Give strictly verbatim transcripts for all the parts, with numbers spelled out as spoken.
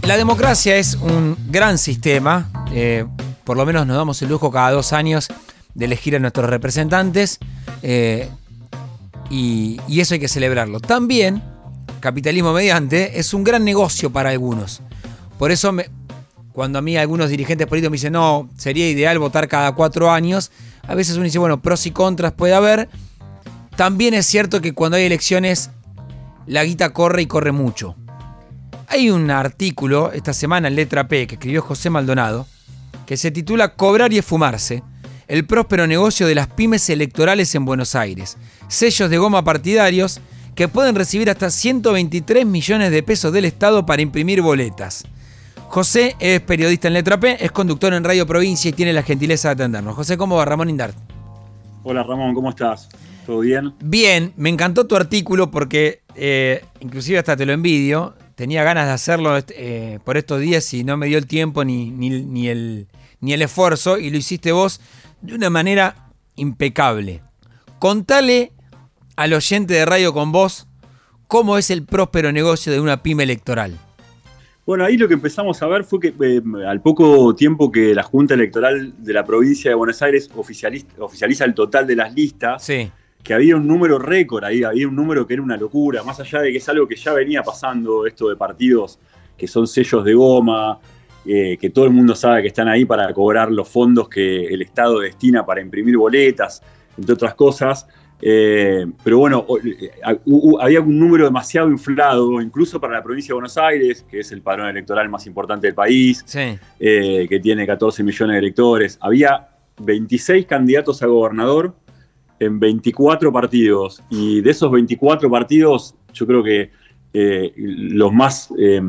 La democracia es un gran sistema, eh, por lo menos nos damos el lujo cada dos años de elegir a nuestros representantes, eh, y, y eso hay que celebrarlo. También, capitalismo mediante, es un gran negocio para algunos. Por eso, me, cuando a mí algunos dirigentes políticos me dicen, no, sería ideal votar cada cuatro años, a veces uno dice, bueno, pros y contras puede haber. También es cierto que cuando hay elecciones, la guita corre y corre mucho. Hay un artículo esta semana en Letra P que escribió José Maldonado que se titula Cobrar y esfumarse, el próspero negocio de las pymes electorales en Buenos Aires. Sellos de goma partidarios que pueden recibir hasta ciento veintitrés millones de pesos del Estado para imprimir boletas. José es periodista en Letra P, es conductor en Radio Provincia y tiene la gentileza de atendernos. José, ¿cómo va? Ramón Indart. Hola Ramón, ¿cómo estás? ¿Todo bien? Bien, me encantó tu artículo porque eh, inclusive hasta te lo envidio. Tenía ganas de hacerlo eh, por estos días y no me dio el tiempo ni, ni, ni, el, ni el esfuerzo, y lo hiciste vos de una manera impecable. Contale al oyente de Radio con Vos cómo es el próspero negocio de una pyme electoral. Bueno, ahí lo que empezamos a ver fue que eh, al poco tiempo que la Junta Electoral de la provincia de Buenos Aires oficializa, oficializa el total de las listas, sí, que había un número récord ahí, había un número que era una locura, más allá de que es algo que ya venía pasando, esto de partidos que son sellos de goma, eh, que todo el mundo sabe que están ahí para cobrar los fondos que el Estado destina para imprimir boletas, entre otras cosas. Eh, pero bueno, había un número demasiado inflado, incluso para la provincia de Buenos Aires, que es el padrón electoral más importante del país, sí. eh, que tiene catorce millones de electores. Había veintiséis candidatos a gobernador en veinticuatro partidos, y de esos veinticuatro partidos yo creo que eh, los más, eh,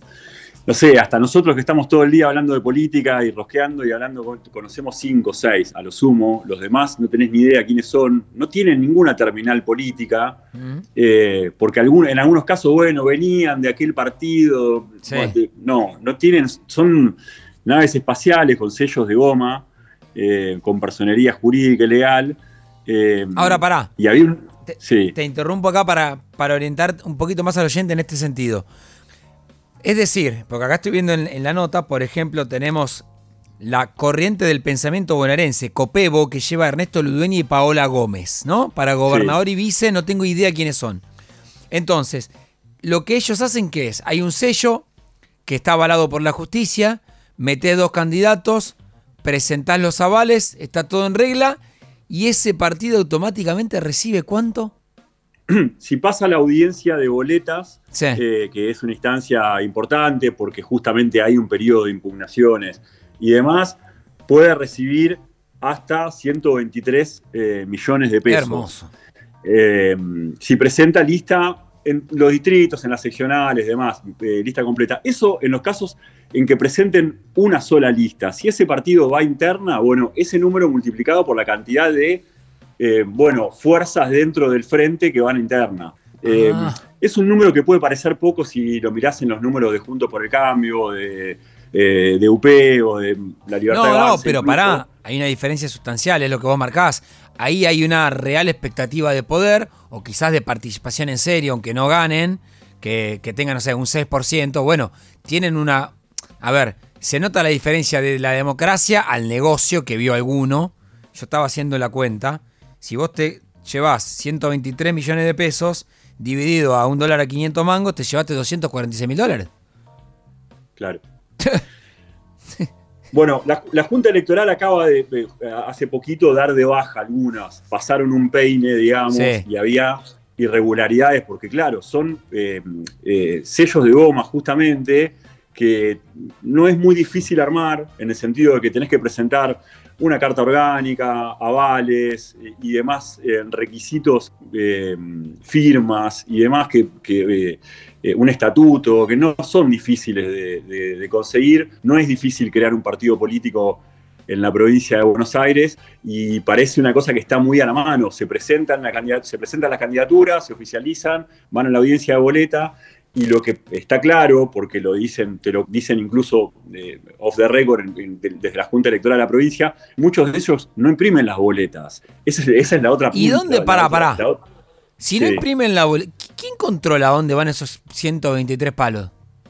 no sé, hasta nosotros que estamos todo el día hablando de política y rosqueando y hablando, conocemos cinco o seis a lo sumo, los demás no tenés ni idea quiénes son, no tienen ninguna terminal política, uh-huh. eh, porque algún, en algunos casos, bueno, venían de aquel partido, sí. no, no tienen, son naves espaciales con sellos de goma, eh, con personería jurídica y legal. Eh, Ahora, pará. Y había un, te, sí. te interrumpo acá para, para orientar un poquito más al oyente en este sentido. Es decir, porque acá estoy viendo en, en la nota, por ejemplo, tenemos la corriente del pensamiento bonaerense, Copebo, que lleva a Ernesto Ludueña y Paola Gómez, ¿no? Para gobernador sí. y vice, no tengo idea quiénes son. Entonces, lo que ellos hacen, ¿qué es? Hay un sello que está avalado por la justicia, metés dos candidatos, presentás los avales, está todo en regla. ¿Y ese partido automáticamente recibe cuánto? Si pasa la audiencia de boletas, sí. eh, que es una instancia importante porque justamente hay un periodo de impugnaciones y demás, puede recibir hasta ciento veintitrés eh, millones de pesos. Hermoso. Eh, si presenta lista en los distritos, en las seccionales, demás, eh, lista completa. Eso en los casos en que presenten una sola lista. Si ese partido va interna, bueno, ese número multiplicado por la cantidad de, eh, bueno, fuerzas dentro del frente que van interna. Eh, ah. Es un número que puede parecer poco si lo mirás en los números de Juntos por el Cambio, de, eh, de U P o de La Libertad no, de Avance. No, pero incluso. Pará, hay una diferencia sustancial, es lo que vos marcás. Ahí hay una real expectativa de poder, o quizás de participación en serio, aunque no ganen, que, que tengan, o sea, un seis por ciento. Bueno, tienen una... A ver, se nota la diferencia de la democracia al negocio que vio alguno. Yo estaba haciendo la cuenta. Si vos te llevás ciento veintitrés millones de pesos, dividido a un dólar a quinientos mangos, te llevaste doscientos cuarenta y seis mil dólares. Claro. Bueno, la, la Junta Electoral acaba de, de, hace poquito, dar de baja algunas. Pasaron un peine, digamos, sí. y había irregularidades, porque claro, son eh, eh, sellos de goma justamente, que no es muy difícil armar, en el sentido de que tenés que presentar una carta orgánica, avales y demás eh, requisitos, eh, firmas y demás, que, que eh, eh, un estatuto, que no son difíciles de, de, de conseguir. No es difícil crear un partido político en la provincia de Buenos Aires y parece una cosa que está muy a la mano. Se presentan, la candidat- se presentan las candidaturas, se oficializan, van a la audiencia de boleta. Y lo que está claro, porque lo dicen, te lo dicen incluso eh, off the record en, en, de, desde la Junta Electoral de la provincia, muchos de ellos no imprimen las boletas. Esa es, esa es la otra punta. ¿Y dónde? Pará, pará. La, la, si sí. no imprimen la boleta, ¿quién controla dónde van esos ciento veintitrés palos?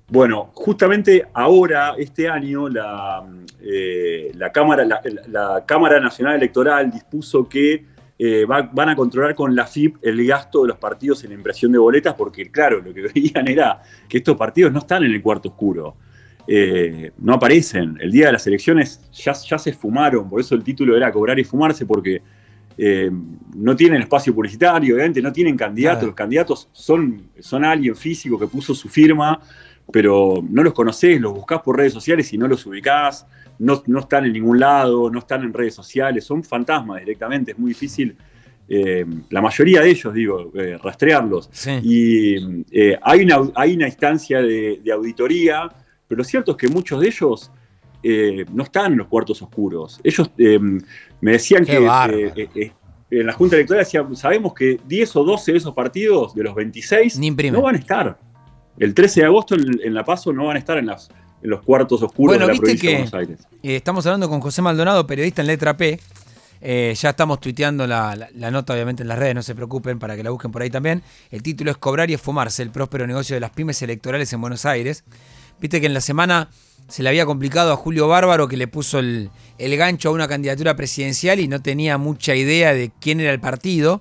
Bueno, justamente ahora, este año, la, eh, la, Cámara, la, la Cámara Nacional Electoral dispuso que eh, va, van a controlar con la F I P el gasto de los partidos en la impresión de boletas, porque claro, lo que veían era que estos partidos no están en el cuarto oscuro. Eh, no aparecen. El día de las elecciones ya, ya se esfumaron, por eso el título era Cobrar y Fumarse, porque eh, no tienen espacio publicitario, obviamente no tienen candidatos. Claro. Los candidatos son, son alguien físico que puso su firma, pero no los conocés, los buscás por redes sociales y no los ubicás, no, no están en ningún lado, no están en redes sociales, son fantasmas directamente, es muy difícil, eh, la mayoría de ellos, digo, eh, rastrearlos. Sí. Y eh, hay, una, hay una instancia de, de auditoría, pero lo cierto es que muchos de ellos eh, no están en los cuartos oscuros. Ellos eh, me decían Qué que eh, eh, en la Junta Electoral decían, sabemos que diez o doce de esos partidos, de los veintiséis, no van a estar. El trece de agosto en, en La Paso no van a estar en, las, en los cuartos oscuros bueno, de la provincia de Buenos Aires. Eh, estamos hablando con José Maldonado, periodista en Letra P. Eh, ya estamos tuiteando la, la, la nota, obviamente, en las redes, no se preocupen para que la busquen por ahí también. El título es Cobrar y Esfumarse, el próspero negocio de las pymes electorales en Buenos Aires. Viste que en la semana se le había complicado a Julio Bárbaro, que le puso el, el gancho a una candidatura presidencial y no tenía mucha idea de quién era el partido.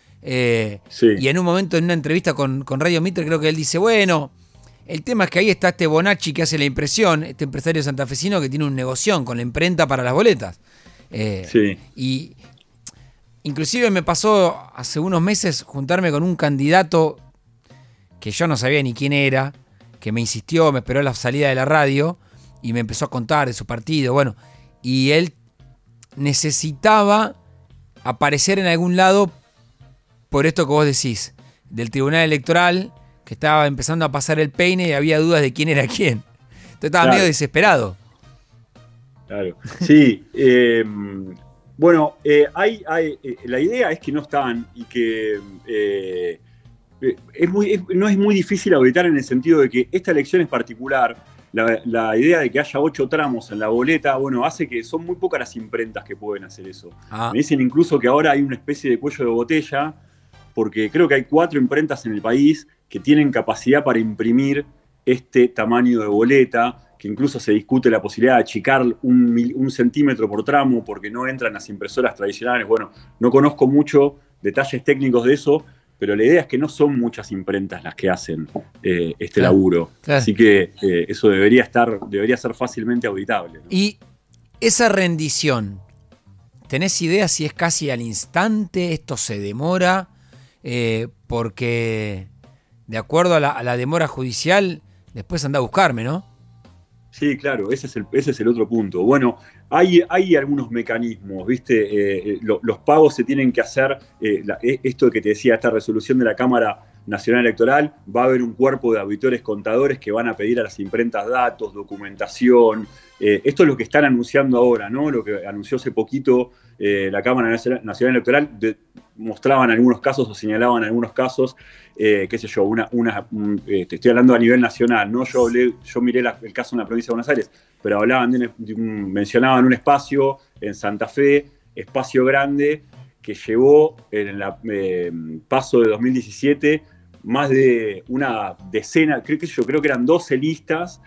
Eh, sí. Y en un momento, en una entrevista con, con Radio Mitre, creo que él dice, bueno, el tema es que ahí está este Bonacci que hace la impresión, este empresario santafesino que tiene un negoción con la imprenta para las boletas. Eh, sí. Y inclusive me pasó hace unos meses juntarme con un candidato que yo no sabía ni quién era, que me insistió, me esperó a la salida de la radio y me empezó a contar de su partido, bueno, y él necesitaba aparecer en algún lado por esto que vos decís, del Tribunal Electoral, que estaba empezando a pasar el peine y había dudas de quién era quién. Entonces estaba claro. medio desesperado. Claro, sí. Eh, bueno, eh, hay, hay, eh, la idea es que no están y que eh, es muy, es, no es muy difícil auditar en el sentido de que esta elección es particular. La, la idea de que haya ocho tramos en la boleta, bueno, hace que son muy pocas las imprentas que pueden hacer eso. Ah. Me dicen incluso que ahora hay una especie de cuello de botella, porque creo que hay cuatro imprentas en el país que tienen capacidad para imprimir este tamaño de boleta, que incluso se discute la posibilidad de achicar un, un centímetro por tramo porque no entran las impresoras tradicionales. Bueno, no conozco mucho detalles técnicos de eso, pero la idea es que no son muchas imprentas las que hacen eh, este claro, laburo. Claro. Así que eh, eso debería estar, debería ser fácilmente auditable, ¿no? Y esa rendición, ¿tenés idea si es casi al instante? ¿Esto se demora? Eh, porque de acuerdo a la, a la demora judicial, después anda a buscarme, ¿no? Sí, claro, ese es el, ese es el otro punto. Bueno, hay, hay algunos mecanismos, ¿viste? Eh, lo, los pagos se tienen que hacer, eh, la, esto que te decía, esta resolución de la Cámara Nacional Electoral, va a haber un cuerpo de auditores contadores que van a pedir a las imprentas datos, documentación. Eh, esto es lo que están anunciando ahora, ¿no? Lo que anunció hace poquito eh, la Cámara Nacional Electoral, de, mostraban algunos casos o señalaban algunos casos, eh, qué sé yo, una, una, un, eh, te estoy hablando a nivel nacional, ¿no? Yo, hablé, yo miré la, el caso en la provincia de Buenos Aires, pero hablaban de un, de un, mencionaban un espacio en Santa Fe, espacio grande, que llevó en el eh, paso de dos mil diecisiete más de una decena, creo que yo creo que eran doce listas,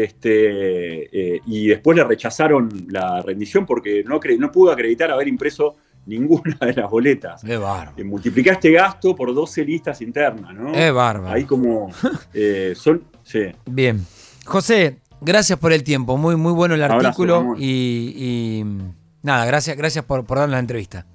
este, eh, y después le rechazaron la rendición porque no, no pudo acreditar haber impreso ninguna de las boletas. Es bárbaro. Eh, multiplicaste gasto por doce listas internas, ¿no? Es bárbaro. Ahí como eh, son... Sí. Bien. José, gracias por el tiempo. Muy, muy bueno el artículo. Abrazo, y, y nada, gracias, gracias por, por darnos la entrevista.